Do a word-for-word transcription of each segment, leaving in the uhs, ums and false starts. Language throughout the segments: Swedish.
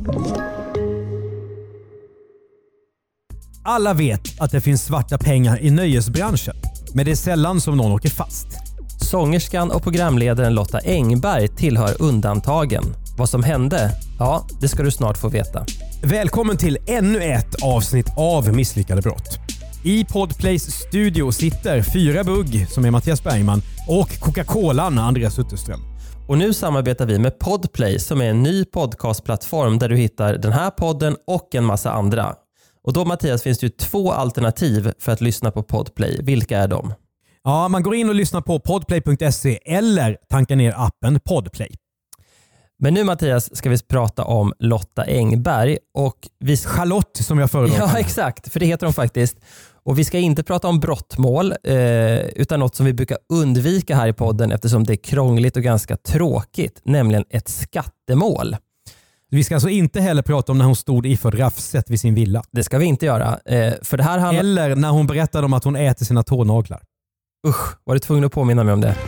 Alla vet att det finns svarta pengar i nöjesbranschen, men det är sällan som någon åker fast. Sångerskan och programledaren Lotta Engberg tillhör undantagen. Vad som hände? Ja, det ska du snart få veta. Välkommen till ännu ett avsnitt av Misslyckade brott. I Podplays studio sitter fyra bugg som är Mattias Bergman och Coca-Colan Andreas Utterström. Och nu samarbetar vi med Podplay som är en ny podcastplattform där du hittar den här podden och en massa andra. Och då Mattias finns det ju två alternativ för att lyssna på Podplay. Vilka är de? Ja, man går in och lyssnar på podplay punkt se eller tankar ner appen Podplay. Men nu Mattias ska vi prata om Lotta Engberg och vi... Charlotte som jag föredrar. Ja, exakt. För det heter hon faktiskt. Och vi ska inte prata om brottmål eh, utan något som vi brukar undvika här i podden eftersom det är krångligt och ganska tråkigt, nämligen ett skattemål. Vi ska alltså inte heller prata om när hon stod iförd raffset vid sin villa. Det ska vi inte göra. Eh, för det här handlar... Eller när hon berättade om att hon äter sina tånaglar. Usch, var du tvungen att påminna mig om det?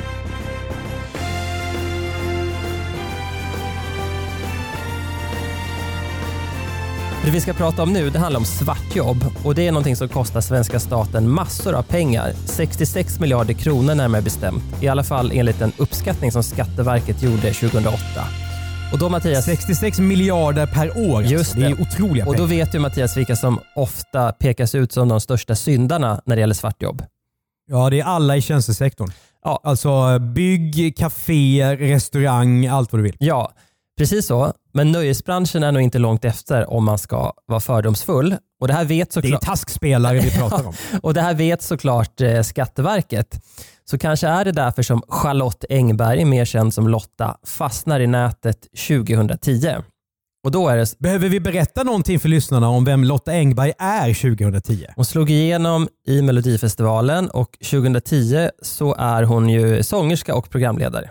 Det vi ska prata om nu, det handlar om svartjobb och det är någonting som kostar svenska staten massor av pengar. sextiosex miljarder kronor närmare bestämt. I alla fall enligt en uppskattning som Skatteverket gjorde tjugohundraåtta. Och då Mattias... sextiosex miljarder per år. Just det. Det är otroliga pengar. Och då vet du Mattias vilka som ofta pekas ut som de största syndarna när det gäller svartjobb. Ja, det är alla i tjänstesektorn. Ja. Alltså bygg, kaféer, restaurang, allt vad du vill. Ja, precis så. Men nöjesbranschen är nog inte långt efter om man ska vara fördomsfull. Och det här vet såklart... Det är taskspelare vi pratar om. Och det här vet såklart eh, Skatteverket. Så kanske är det därför som Charlotte Engberg, mer känd som Lotta, fastnar i nätet tjugohundratio. Och då är det... Behöver vi berätta någonting för lyssnarna om vem Lotta Engberg är tjugohundratio? Hon slog igenom i Melodifestivalen och tjugohundratio så är hon ju sångerska och programledare.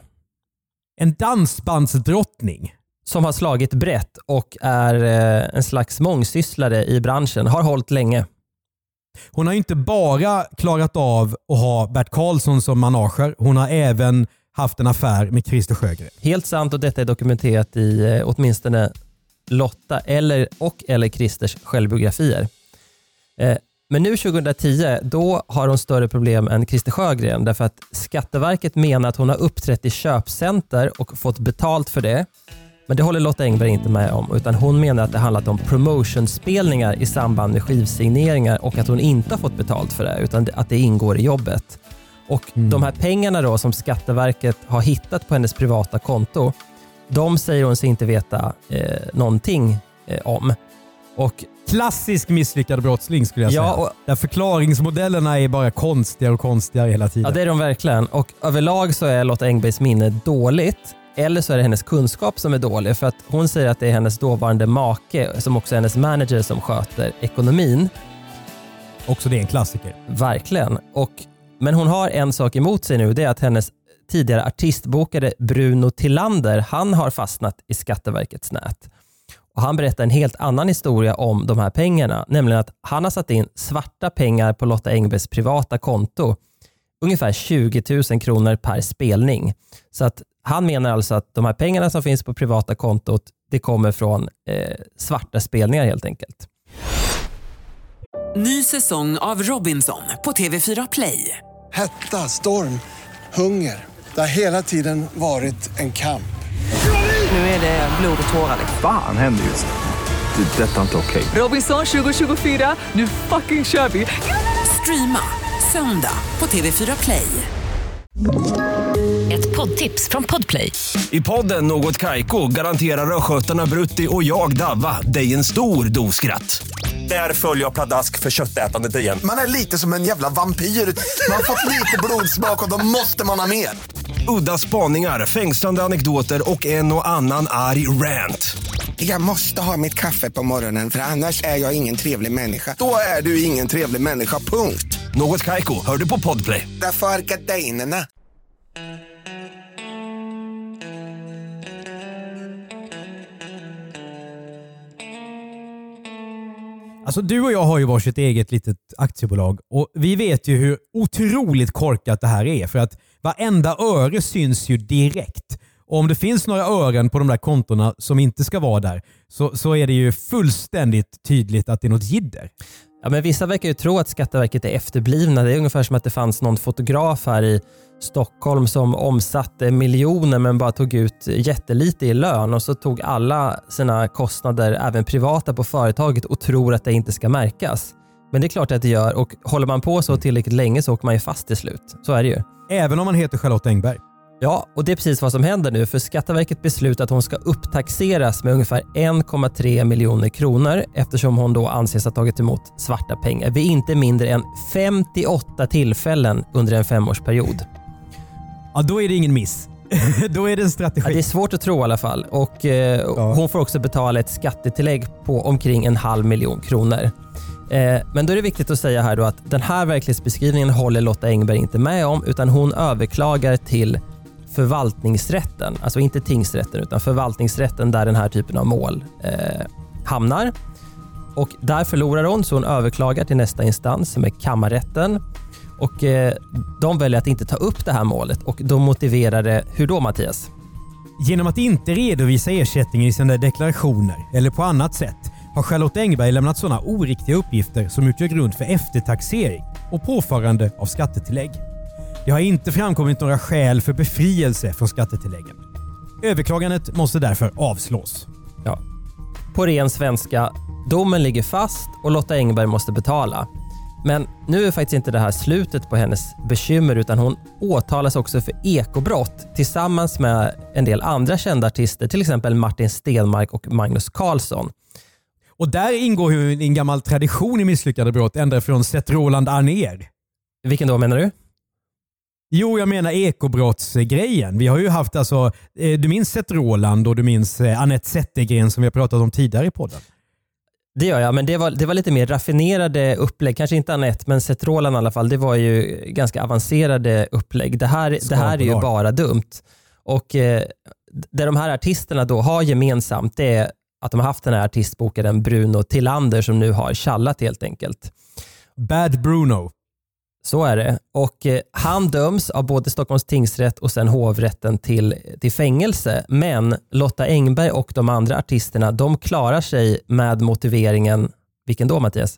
En dansbandsdrottning. Som har slagit brett och är eh, en slags mångsysslare i branschen. Har hållit länge. Hon har inte bara klarat av att ha Bert Karlsson som manager. Hon har även haft en affär med Christer Sjögren. Helt sant och detta är dokumenterat i eh, åtminstone Lotta eller, och eller Christers självbiografier. Eh, men nu tjugohundratio då har hon större problem än Christer Sjögren därför att Skatteverket menar att hon har uppträtt i köpcenter och fått betalt för det. Men det håller Lotta Engberg inte med om utan hon menar att det handlat om promotionspelningar i samband med skivsigneringar och att hon inte har fått betalt för det utan att det ingår i jobbet. Och mm. de här pengarna då som Skatteverket har hittat på hennes privata konto, de säger hon sig inte veta eh, någonting eh, om. Och klassisk misslyckad brottsling skulle jag ja, säga. Och, där förklaringsmodellerna är bara konstigare och konstigare hela tiden. Ja, det är de verkligen. Och överlag så är Lotta Engbergs minne dåligt. Eller så är det hennes kunskap som är dålig för att hon säger att det är hennes dåvarande make som också är hennes manager som sköter ekonomin. Också det är en klassiker. Verkligen. Och, men hon har en sak emot sig nu, det är att hennes tidigare artistbokare Bruno Tillander, han har fastnat i Skatteverkets nät. Och han berättar en helt annan historia om de här pengarna, nämligen att han har satt in svarta pengar på Lotta Engbergs privata konto. Ungefär tjugo tusen kronor per spelning. Så att han menar alltså att de här pengarna som finns på privata kontot, det kommer från eh, svarta spelningar helt enkelt. Ny säsong av Robinson på T V fyra Play. Hetta, storm, hunger. Det har hela tiden varit en kamp. Nu är det blod och tårar. Fan händer just det. Det är detta inte okej. Robinson tjugo tjugofyra, nu fucking kör vi. Streama söndag på T V fyra Play. Ett poddtips från Podplay. I podden Något Kaiko garanterar röskötarna Brutti och jag Davva dig en stor doskratt. Där följer jag pladask för köttätandet igen. Man är lite som en jävla vampyr. Man har fått lite blodsmak och då måste man ha mer. Udda spaningar, fängslande anekdoter och en och annan arg rant. Jag måste ha mitt kaffe på morgonen för annars är jag ingen trevlig människa. Då är du ingen trevlig människa, punkt. Något Kaiko, hör du på Podplay. Därför är gardinerna. Alltså du och jag har ju varsitt eget litet aktiebolag och vi vet ju hur otroligt korkat det här är för att varenda öre syns ju direkt. Och om det finns några ören på de där kontona som inte ska vara där så, så är det ju fullständigt tydligt att det är något jidder. Ja, men vissa verkar ju tro att Skatteverket är efterblivna. Det är ungefär som att det fanns någon fotograf här i Stockholm som omsatte miljoner men bara tog ut jättelite i lön och så tog alla sina kostnader, även privata, på företaget och tror att det inte ska märkas. Men det är klart att det gör, och håller man på så tillräckligt länge så åker man ju fast till slut. Så är det ju. Även om man heter Charlotte Engberg. Ja, och det är precis vad som händer nu, för Skatteverket beslutar att hon ska upptaxeras med ungefär en komma tre miljoner kronor eftersom hon då anses ha tagit emot svarta pengar vid inte mindre än femtioåtta tillfällen under en femårsperiod. Ja, då är det ingen miss. Då är det en strategi. Ja, det är svårt att tro i alla fall. Och eh, ja. Hon får också betala ett skattetillägg på omkring en halv miljon kronor. Eh, men då är det viktigt att säga här då att den här verklighetsbeskrivningen håller Lotta Engberg inte med om, utan hon överklagar till förvaltningsrätten. Alltså inte tingsrätten utan förvaltningsrätten där den här typen av mål eh, hamnar. Och där förlorar hon, så hon överklagar till nästa instans som är kammarrätten. Och eh, de väljer att inte ta upp det här målet, och de motiverar det. Hur då, Mattias? Genom att inte redovisa ersättningen i sina deklarationer eller på annat sätt har Charlotte Engberg lämnat sådana oriktiga uppgifter som utgör grund för eftertaxering och påförande av skattetillägg. Det har inte framkommit några skäl för befrielse från skattetilläggen. Överklagandet måste därför avslås. Ja. På ren svenska, domen ligger fast och Lotta Engberg måste betala. Men nu är faktiskt inte det här slutet på hennes bekymmer, utan hon åtalas också för ekobrott tillsammans med en del andra kända artister, till exempel Martin Stenmark och Magnus Carlsson. Och där ingår ju en gammal tradition i misslyckade brott ända från Seth Roland Arnér. Vilken då menar du? Jo, jag menar ekobrottsgrejen. Vi har ju haft alltså, du minns Seth Roland och du minns Anette Zettergren som vi har pratat om tidigare i podden. Det gör jag, men det var, det var lite mer raffinerade upplägg. Kanske inte Anette, men Seth Roland i alla fall. Det var ju ganska avancerade upplägg. Det här, det här är ju bara dumt. Och eh, det de här artisterna då har gemensamt, det är att de har haft den här artistbokaren Bruno Tillander som nu har tjallat helt enkelt. Bad Bruno. Så är det. Och eh, han döms av både Stockholms tingsrätt och sen hovrätten till, till fängelse. Men Lotta Engberg och de andra artisterna, de klarar sig med motiveringen. Vilken då, Mattias?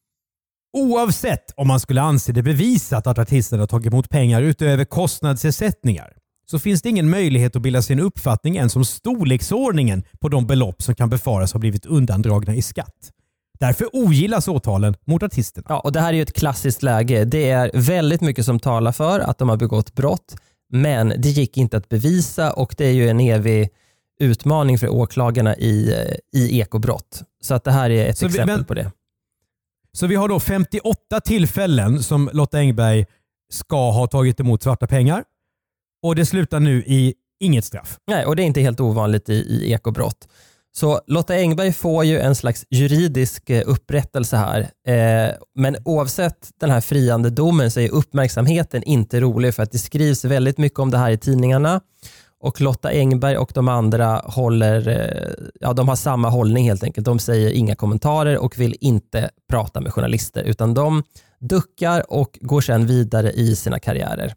Oavsett om man skulle anse det bevisat att artisterna har tagit emot pengar utöver kostnadsersättningar, så finns det ingen möjlighet att bilda sin uppfattning ens om storleksordningen på de belopp som kan befaras ha blivit undandragna i skatt. Därför ogillas åtalen mot artisterna. Ja, och det här är ju ett klassiskt läge. Det är väldigt mycket som talar för att de har begått brott, men det gick inte att bevisa, och det är ju en evig utmaning för åklagarna i, i ekobrott. Så att det här är ett så exempel vi, men, på det. Så vi har då femtioåtta tillfällen som Lotta Engberg ska ha tagit emot svarta pengar, och det slutar nu i inget straff. Nej, och det är inte helt ovanligt i, i ekobrott. Så Lotta Engberg får ju en slags juridisk upprättelse här. Eh, men oavsett den här friande domen så är uppmärksamheten inte rolig, för att det skrivs väldigt mycket om det här i tidningarna. Och Lotta Engberg och de andra håller, eh, ja, de har samma hållning helt enkelt. De säger inga kommentarer och vill inte prata med journalister, utan de duckar och går sedan vidare i sina karriärer.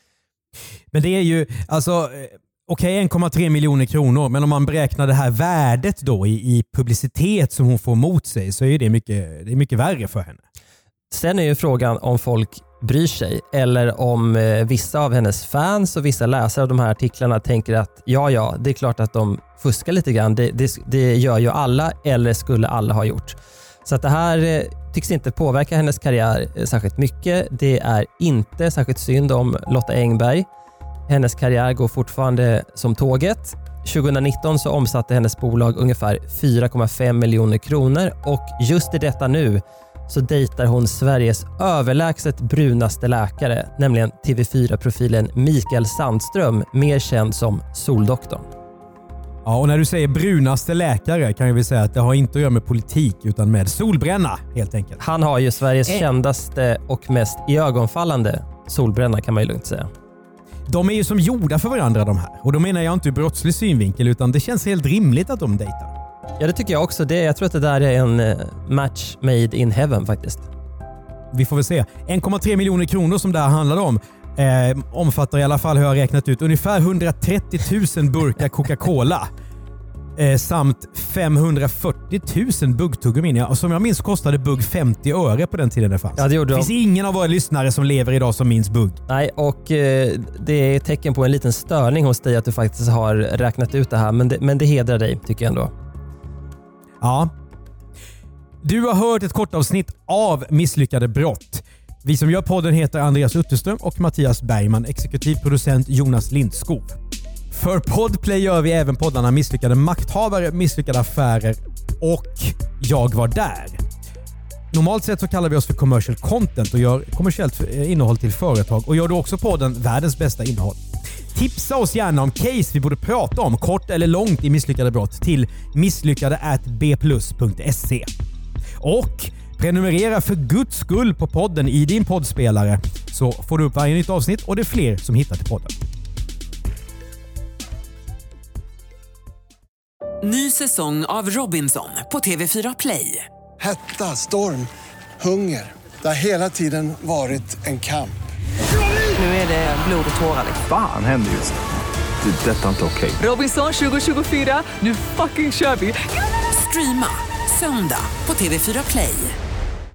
Men det är ju, alltså... Okej, okay, en komma tre miljoner kronor, men om man beräknar det här värdet då i, i publicitet som hon får mot sig, så är det mycket, det är mycket värre för henne. Sen är ju frågan om folk bryr sig, eller om eh, vissa av hennes fans och vissa läsare av de här artiklarna tänker att ja, ja, det är klart att de fuskar lite grann. Det, det, det gör ju alla, eller skulle alla ha gjort. Så att det här eh, tycks inte påverka hennes karriär eh, särskilt mycket. Det är inte särskilt synd om Lotta Engberg. Hennes karriär går fortfarande som tåget. tjugonitton så omsatte hennes bolag ungefär fyra komma fem miljoner kronor, och just i detta nu så dejtar hon Sveriges överlägset brunaste läkare, nämligen T V fyra-profilen Mikael Sandström, mer känd som Soldoktorn. Ja, och när du säger brunaste läkare kan jag väl säga att det har inte att göra med politik utan med solbränna helt enkelt. Han har ju Sveriges äh. kändaste och mest iögonfallande solbränna, kan man ju lugnt säga. De är ju som gjorda för varandra de här. Och då menar jag inte ur brottslig synvinkel, utan det känns helt rimligt att de dejtar. Ja, det tycker jag också. Det, jag tror att det där är en match made in heaven faktiskt. Vi får väl se. en komma tre miljoner kronor som det här handlar om. Eh, omfattar i alla fall, har jag räknat ut, ungefär hundratrettio tusen burkar Coca-Cola. Eh, samt femhundrafyrtio tusen buggtuggummin. Ja, som jag minns kostade bugg femtio öre på den tiden det fanns. Ja, det gjorde det finns de. ingen av våra lyssnare som lever idag som minns bugg. Nej, och eh, det är ett tecken på en liten störning hos dig att du faktiskt har räknat ut det här. Men det, men det hedrar dig, tycker jag ändå. Ja. Du har hört ett kort avsnitt av Misslyckade brott. Vi som gör podden heter Andreas Utterström och Mattias Bergman, exekutivproducent Jonas Lindskov. För Podplay gör vi även poddarna Misslyckade makthavare, Misslyckade affärer och Jag var där. Normalt sett så kallar vi oss för commercial content och gör kommersiellt innehåll till företag och gör då också podden Världens bästa innehåll. Tipsa oss gärna om case vi borde prata om, kort eller långt i Misslyckade brott, till misslyckade at b plus punkt se. Och prenumerera för guds skull på podden i din poddspelare så får du upp varje nytt avsnitt och det är fler som hittar till podden. Ny säsong av Robinson på T V fyra Play. Hetta, storm, hunger. Det har hela tiden varit en kamp. Nu är det blod och tårar. Fan händer just det. Det är detta inte okej. Robinson tjugo tjugofyra, nu fucking kör vi. Streama söndag på T V fyra Play.